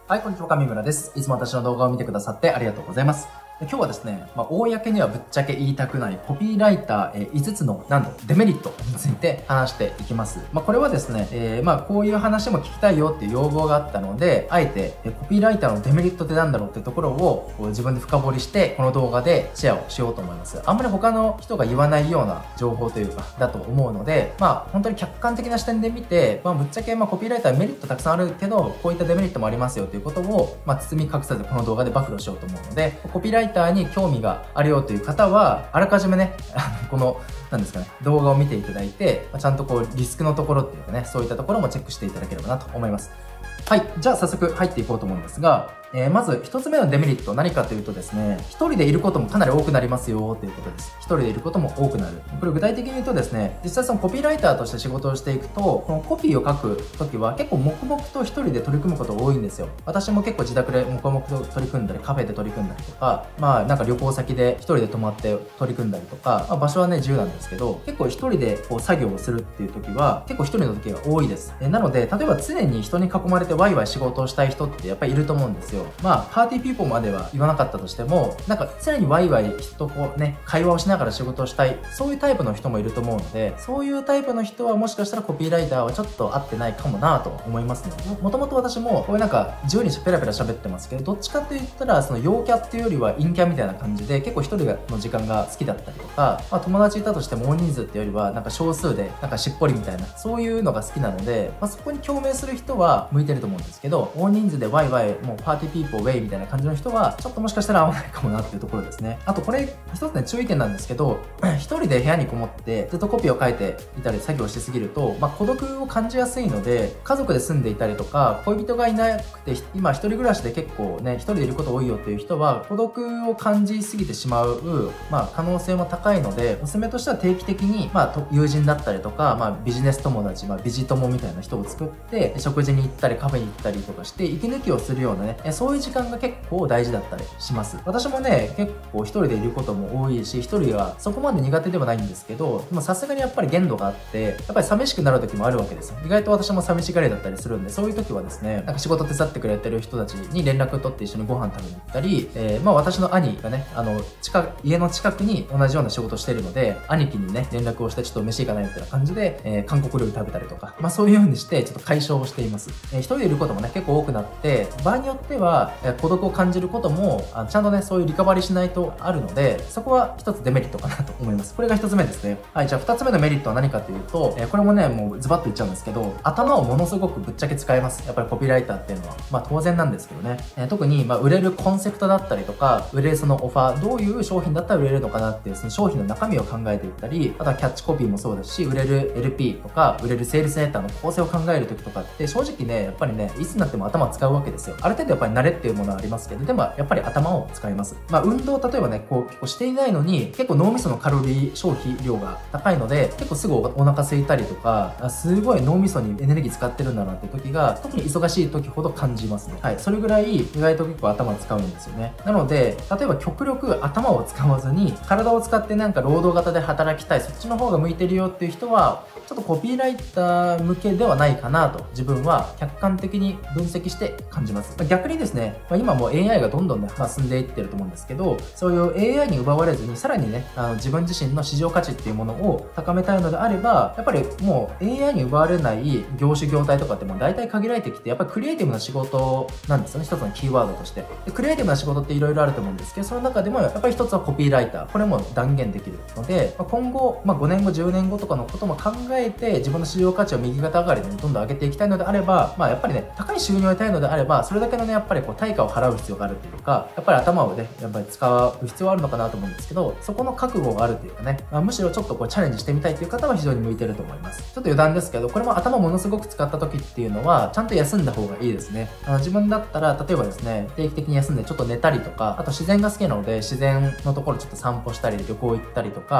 はい、こんにちは、上村です。いつも私の動画を見てくださってありがとうございます。今日はですね、公にはぶっちゃけ言いたくないコピーライター5つのデメリットについて話していきます。これはですね、こういう話も聞きたいよっていう要望があったので、あえてコピーライターのデメリットってなんだろうっていうところを自分で深掘りして、この動画でシェアをしようと思います。あんまり他の人が言わないような情報というか、だと思うので、本当に客観的な視点で見て、ぶっちゃけコピーライターメリットたくさんあるけど、こういったデメリットもありますよということを、包み隠さずこの動画で暴露しようと思うので、コピーライターに興味があるよという方は、あらかじめね、この、動画を見ていただいて、ちゃんとリスクのところっていうかね、そういったところもチェックしていただければなと思います。はい。じゃあ早速入っていこうと思うんですが、まず一つ目のデメリット何かというとですね、一人でいることもかなり多くなりますよということです。一人でいることも多くなる。これ具体的に言うとですね、実際そのコピーライターとして仕事をしていくと、このコピーを書くときは結構黙々と一人で取り組むことが多いんですよ。私も結構自宅で黙々と取り組んだり、カフェで取り組んだりとか、旅行先で一人で泊まって取り組んだりとか、場所はね、自由なんですけど、結構一人で作業をするっていうときは、結構一人のときが多いです。なので、例えば常に人に囲まれてワイワイ仕事をしたい人ってやっぱりいると思うんですよ。パーティーピーポーまでは言わなかったとしても、常にワイワイ人と会話をしながら仕事をしたい、そういうタイプの人もいると思うので、そういうタイプの人はもしかしたらコピーライターはちょっと合ってないかもなと思いますね。もともと私もこういう自由にペラペラ喋ってますけど、どっちかと言ったらその陽キャっていうよりは陰キャみたいな感じで、結構一人の時間が好きだったりとか、友達いたとしても大人数っていうよりは少数でしっぽりみたいな、そういうのが好きなので、そこに共鳴する人は向いてると思うんですけど、大人数でワイワイもうパーティーピーポーウェイみたいな感じの人はちょっともしかしたら合わないかもなっていうところですね。あとこれ一つね、注意点なんですけど、一人で部屋にこもってずっとコピーを書いていたり作業しすぎると、孤独を感じやすいので、家族で住んでいたりとか恋人がいなくて今一人暮らしで結構ね、一人でいること多いよっていう人は孤独を感じすぎてしまう、可能性も高いので、おすすめとしては定期的に友人だったりとか、ビジネス友達、ビジ友みたいな人を作って食事に行ったりカフェに行ったりとかして息抜きをするようなね、そういう時間が結構大事だったりします。私もね、結構一人でいることも多いし、一人はそこまで苦手ではないんですけど、さすがにやっぱり限度があって、やっぱり寂しくなる時もあるわけですよ。意外と私も寂しがりだったりするんで、そういう時はですね、仕事手伝ってくれてる人たちに連絡取って一緒にご飯食べに行ったり、私の兄がね、家の近くに同じような仕事してるので、兄貴にね、連絡をしてちょっと飯行かないみたいな感じで、韓国料理食べたりとか、そういう風にしてちょっと解消をしています。一人でいることもね、結構多くなって、場合によっては、孤独を感じることも、ちゃんとね、そういうリカバリーしないとあるので、そこは一つデメリットかなと思います。これが一つ目ですね。はい、じゃあ二つ目のメリットは何かというと、これもね、もうズバッと言っちゃうんですけど、頭をものすごくぶっちゃけ使えます。やっぱりコピーライターっていうのは。当然なんですけどね。特に、売れるコンセプトだったりとか、売れるそのオファー、どういう商品だったら売れるのかなっていう、その商品の中身を考えていったり、あとはキャッチコピーもそうですし、売れる LP とか、売れるセールスネターの構成を考える時とかって、正直ね、やっぱりね、いつになっても頭を使うわけですよ。ある程度やっぱり慣れっていうものはありますけど、でもやっぱり頭を使います。運動例えばね、結構していないのに、結構脳みそのカロリー消費量が高いので、結構すぐお腹空いたりとか、すごい脳みそにエネルギー使ってるんだなって時が、特に忙しい時ほど感じますね。はい。それぐらい意外と結構頭を使うんですよね。なので、例えば極力頭を使わずに、体を使って労働型で働きたい、そっちの方が向いてるよっていう人は、ちょっとコピーライター向けではないかなと自分は客観的に分析して感じます。逆にですね、今もう AI がどんどんね、進んでいってると思うんですけど、そういう AI に奪われずにさらにね、自分自身の市場価値っていうものを高めたいのであれば、やっぱりもう AI に奪われない業種業態とかってもう大体限られてきて、やっぱりクリエイティブな仕事なんですよね、一つのキーワードとして。でクリエイティブな仕事っていろいろあると思うんですけど、その中でもやっぱり一つはコピーライター。これも断言できるので、今後、5年後、10年後とかのことも考えて、自分の市場価値を右肩上がりにどんどん上げていきたいのであれば、やっぱりね、高い収入を得たいのであれば、それだけのね、やっぱり対価を払う必要があるっていうか、やっぱり頭をね、やっぱり使う必要はあるのかなと思うんですけど、そこの覚悟があるというかね、むしろちょっとチャレンジしてみたいという方は非常に向いてると思います。ちょっと余談ですけど、これも頭ものすごく使った時っていうのは、ちゃんと休んだ方がいいですね。自分だったら、例えばですね、定期的に休んでちょっと寝たりとか、あと自然が好きなので、自然のところちょっと散歩したり、旅行行ったりとか、あと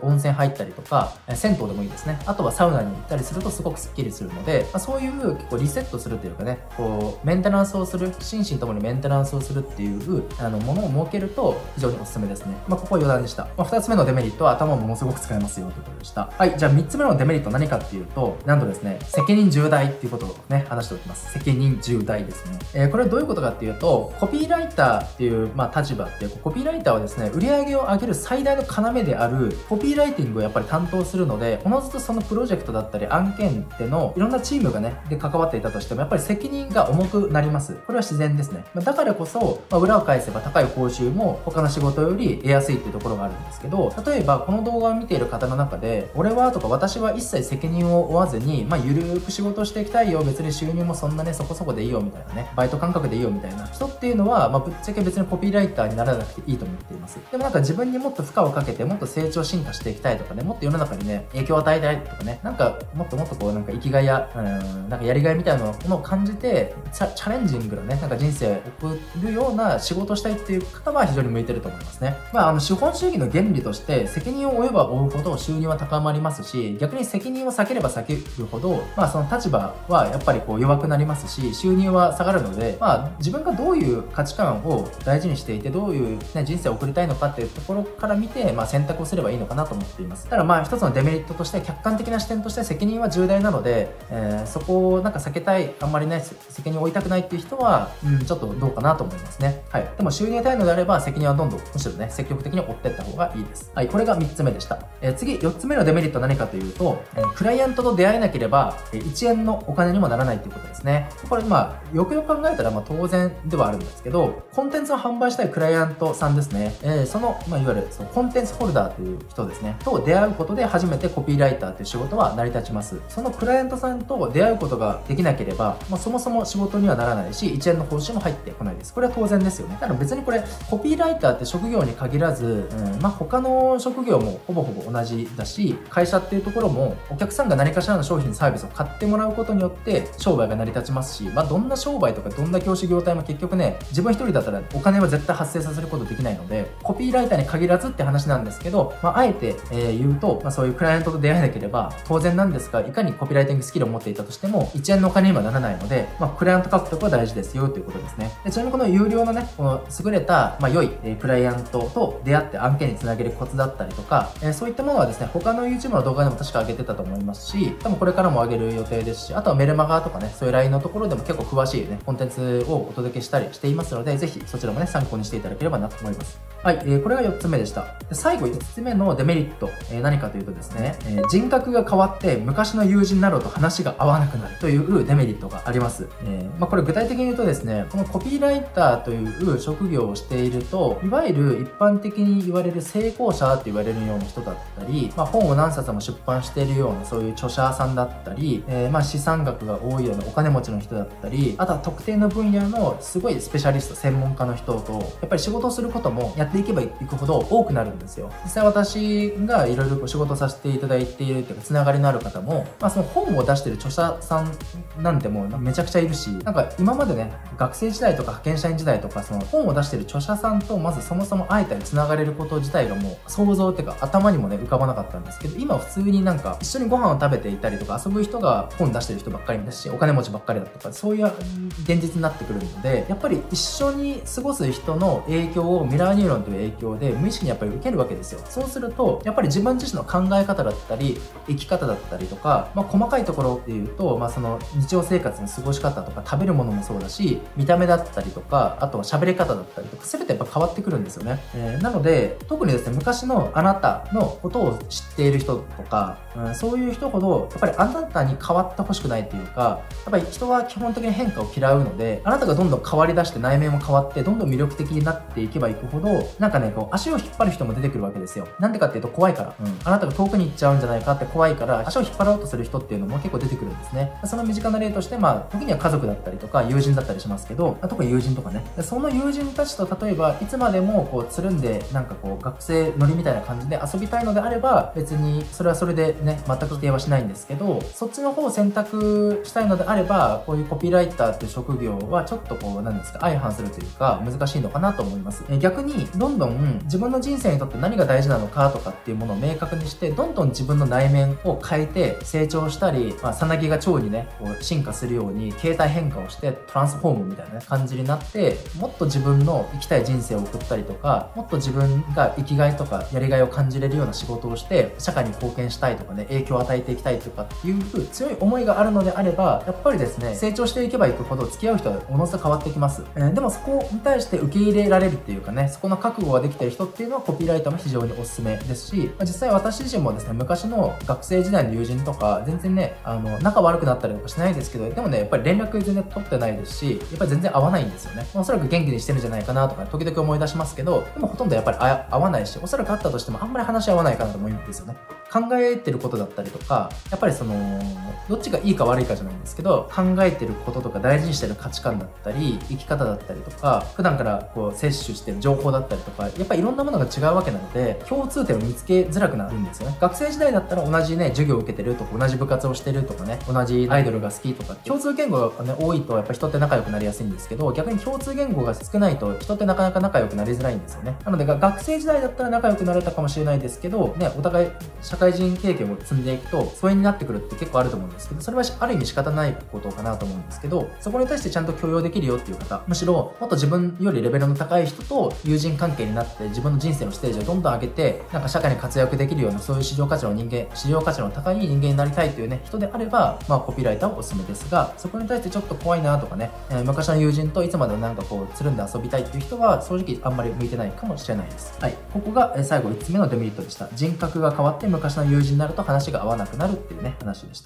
温泉入ったりとか、銭湯でもいいですね。あとはサウナに行ったりするとすごくスッキリするので、そういう結構リセットするというかね、メンテナンスをする、心身ともにメンテナンスをするっていうものを設けると非常におすすめですね。ここは余談でした。2つ目のデメリットは頭をものすごく使えますよということでした。はい、じゃあ3つ目のデメリット何かっていうと、なんとですね、責任重大っていうことをね、話しておきます。責任重大ですね。これはどういうことかっていうと、コピーライターっていう、立場っていう、コピーライターはですね、売り上げを上げる最大の要であるコピーライティングをやっぱり担当するので、おのずとそのプロジェクトだったり案件でのいろんなチームがね、で関わっていたとしても、やっぱり責任が重くなります。これは自然ですね。だからこそ、裏を返せば高い報酬も他の仕事より得やすいっていうところがあるんですけど、例えばこの動画を見ている方の中で、俺はとか私は一切責任を負わずに、ゆるーく仕事をしていきたいよ、別に収入もそんなね、そこそこでいいよみたいなね、バイト感覚でいいよみたいな人っていうのは、ぶっちゃけ別にコピーライターにならなくていいと思っています。でも自分にもっと負荷をかけて、もっと成長進化していきたいとかね、もっと世の中にね、影響を与えたいとかね、もっと生きがいや、やりがいみたいなものを感じて、チャレンジングなね、人生を送るような仕事をしたいっていう方は非常に向いてると思いますね。資本主義の原理として、責任を負えば負うほど収入は高まりますし、逆に責任を避ければ避けるほど、その立場はやっぱり弱くなりますし、収入は下がるので、自分がどういう価値観を大事にしていて、どういう、人生を送りたいのかっていうところから見て、選択をすればいいのかなと思っています。ただ一つのデメリットとして、客観的な視点として責任は重大なので、そこを避けたい、あんまりね、責任を負いたくないっていう人は、ちょっとどうかなと思いますね。はい。でも収入たいのであれば、責任はどんどん、むしろね、積極的に追っていった方がいいです。はい。これが3つ目でした。次、4つ目のデメリットは何かというと、クライアントと出会えなければ、1円のお金にもならないということですね。これよくよく考えたら当然ではあるんですけど、コンテンツを販売したいクライアントさんですね。その、いわゆるコンテンツホルダーという人ですね。と出会うことで初めてコピーライターという仕事は成り立ちます。そのクライアントさんと出会うことができなければ、そもそも仕事にはならないし、1円の報酬も入ってこないです。これは当然ですよね。ただ別にこれ、コピーライターって職業に限らず、他の職業もほぼほぼ同じだし、会社っていうところもお客さんが何かしらの商品サービスを買ってもらうことによって商売が成り立ちますし、どんな商売とかどんな業種業態も結局ね、自分一人だったらお金は絶対発生させることできないので、コピーライターに限らずって話なんですけど、あえて、言うと、そういうクライアントと出会えなければ当然なんですが、いかにコピーライティングスキルを持っていたとしても1円のお金にはならないので、クライアント獲得は大事ですよということですね。でちなみにこの有料のね、この優れた、良い、クライアントと出会って案件につなげるコツだったりとか、そういったものはですね、他の YouTube の動画でも確か上げてたと思いますし、多分これからも上げる予定ですし、あとはメルマガとかね、そういう LINE のところでも結構詳しいね、コンテンツをお届けしたりしていますので、ぜひそちらもね、参考にしていただければなと思います。はい、これが4つ目でした。で最後5つ目のデメリット、何かというとですね、人格が変わって昔の友人などと話が合わなくなるというデメリットがあります。これ具体的に言うとですね、このコピーライターという職業をしていると、いわゆる一般的に言われる成功者って言われるような人だったり、本を何冊も出版しているようなそういう著者さんだったり、資産額が多いようなお金持ちの人だったり、あとは特定の分野のすごいスペシャリスト、専門家の人と、やっぱり仕事をすることもやっていけばいくほど多くなるんですよ。実際私がいろいろ仕事させていただいているというか、つながりのある方も、その本を出している著者さんなんてもうめちゃくちゃいるし、今までね、学生時代とか派遣社員時代とか、その本を出している著者さんとまずそもそも会えたりつながれること自体がもう想像っていうか頭にもね浮かばなかったんですけど、今普通に一緒にご飯を食べていたりとか遊ぶ人が本出してる人ばっかりですし、お金持ちばっかりだとか、そういう現実になってくるので、やっぱり一緒に過ごす人の影響をミラーニューロンという影響で無意識にやっぱり受けるわけですよ。そうするとやっぱり自分自身の考え方だったり生き方だったりとか、細かいところで言うと、その日常生活の過ごし方とか食べるものもそうだし、見た目だったりとか、あとは喋り方だったりとか、全てやっぱ変わってくるんですよね。なので特にですね、昔のあなたのことを知っている人とか、そういう人ほどやっぱりあなたに変わってほしくないっていうか、やっぱり人は基本的に変化を嫌うので、あなたがどんどん変わり出して内面も変わってどんどん魅力的になっていけばいくほど、足を引っ張る人も出てくるわけですよ。なんでかっていうと怖いから、あなたが遠くに行っちゃうんじゃないかって怖いから足を引っ張ろうとする人っていうのも結構出てくるんですね。その身近な例として、時には家族だったりとか友人だったりしますけど、特に友人とかね、その友人たちと例えばいつまでもつるんで学生乗りみたいな感じで遊びたいのであれば、別にそれはそれでね、全く否定はしないんですけど、そっちの方を選択したいのであれば、こういうコピーライターっていう職業はちょっと相反するというか難しいのかなと思います。逆にどんどん自分の人生にとって何が大事なのかとかっっていうものを明確にして、どんどん自分の内面を変えて成長したり、さなぎが蝶にね、こう進化するように形態変化をしてトランスフォームみたいな、ね、感じになって、もっと自分の生きたい人生を送ったりとか、もっと自分が生きがいとかやりがいを感じれるような仕事をして社会に貢献したいとかね、影響を与えていきたいとかっていう強い思いがあるのであれば、やっぱりですね、成長していけばいくほど付き合う人はおのずと変わってきます。でもそこに対して受け入れられるっていうかね、そこの覚悟ができている人っていうのはコピーライターも非常におすすめですし、実際私自身もですね、昔の学生時代の友人とか全然ね、仲悪くなったりとかしないですけど、でもね、やっぱり連絡全然取ってないですし、やっぱり全然合わないんですよね。おそらく元気にしてるんじゃないかなとか時々思い出しますけど、でもほとんどやっぱり合わないし、おそらくあったとしてもあんまり話し合わないかなと思うんですよね。考えてることだったりとか、やっぱりどっちがいいか悪いかじゃないんですけど、考えてることとか大事にしてる価値観だったり、生き方だったりとか、普段からこう摂取してる情報だったりとか、やっぱりいろんなものが違うわけなので、共通点を見つけづらくなるんですよね。学生時代だったら同じね、授業を受けてるとか、同じ部活をしてるとかね、同じアイドルが好きとか、共通言語がね、多いとやっぱ人って仲良くなりやすいんですけど、逆に共通言語が少ないと人ってなかなか仲良くなりづらいんですよね。なので学生時代だったら仲良くなれたかもしれないですけど、ね、お互い社会人経験を積んでいくと疎遠になってくるって結構あると思うんですけど、それはある意味仕方ないことかなと思うんですけど、そこに対してちゃんと許容できるよっていう方、むしろもっと自分よりレベルの高い人と友人関係になって自分の人生のステージをどんどん上げて、なんか社会に活躍できるような、そういう市場価値の高い人間になりたいというね、人であれば、コピーライターはおすすめですが、そこに対してちょっと怖いなとかね、昔の友人といつまでもなんかこうつるんで遊びたいっていう人は正直あんまり向いてないかもしれないです。はい、ここが最後5つ目のデメリットでした。人格が変わって昔の友人になると話が合わなくなるっていうね、話でした。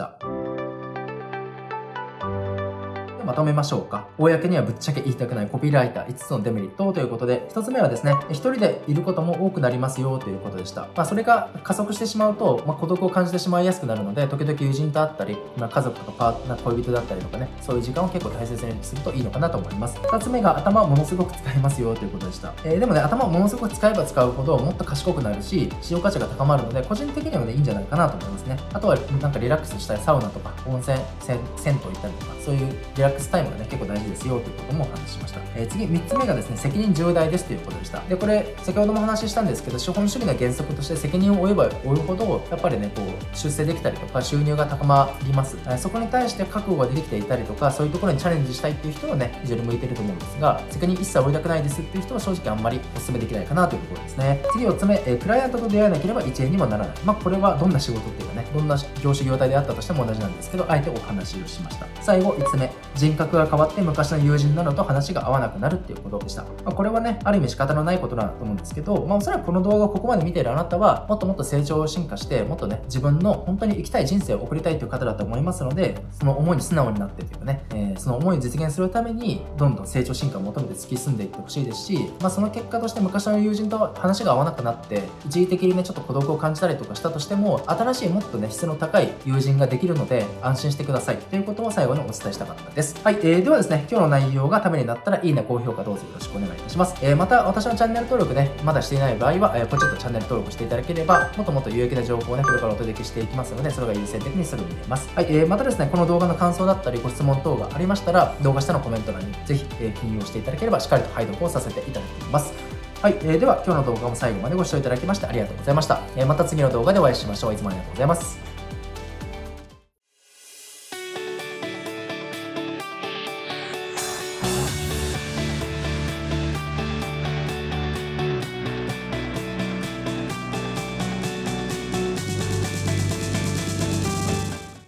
まとめましょうか。公にはぶっちゃけ言いたくないコピーライター5つのデメリットということで、1つ目はですね、一人でいることも多くなりますよということでした。それが加速してしまうと、孤独を感じてしまいやすくなるので、時々友人と会ったり、家族とか恋人だったりとかね、そういう時間を結構大切にするといいのかなと思います。2つ目が頭をものすごく使いますよということでした。でもね、頭をものすごく使えば使うほどもっと賢くなるし、使用価値が高まるので、個人的にはね、いいんじゃないかなと思いますね。あとはなんかリラックスしたいサウナとか温泉、銭湯行ったりとか、そういうリラックスタイムがね、結構大事ですよということもお話ししました。次、3つ目がですね、責任重大ですということでした。で、これ、先ほどもお話ししたんですけど、資本主義の原則として責任を負えば負うほど、やっぱりね、こう、出世できたりとか、収入が高まります。そこに対して覚悟ができていたりとか、そういうところにチャレンジしたいっていう人はね、非常に向いてると思うんですが、責任一切負いたくないですっていう人は正直あんまりお勧めできないかなというところですね。次、4つ目、クライアントと出会えなければ1円にもならない。これはどんな仕事っていうかね、どんな業種業態であったとしても同じなんですけど、あえてお話をしました。最後、5つ目、人格が変わって昔の友人などと話が合わなくなるっていうことでした。これはね、ある意味仕方のないことだと思うんですけど、おそらくこの動画をここまで見ているあなたは、もっともっと成長進化して、もっとね、自分の本当に生きたい人生を送りたいという方だと思いますので、その思いに素直になってというかね、その思いを実現するために、どんどん成長進化を求めて突き進んでいってほしいですし、その結果として昔の友人と話が合わなくなって、一時的にね、ちょっと孤独を感じたりとかしたとしても、新しいもっとね、質の高い友人ができるので、安心してくださいということを最後にお伝えしたかったです。はい、ではですね、今日の内容がためになったら、いいね、高評価どうぞよろしくお願いいたします。また、私のチャンネル登録ね、まだしていない場合は、ポチッとチャンネル登録していただければ、もっともっと有益な情報をね、これからお届けしていきますので、それが優先的にすぐ見れます。はい、またですね、この動画の感想だったり、ご質問等がありましたら、動画下のコメント欄にぜひ、記入をしていただければ、しっかりと拝読をさせていただきます。はい、では、今日の動画も最後までご視聴いただきましてありがとうございました。また次の動画でお会いしましょう。いつもありがとうございます。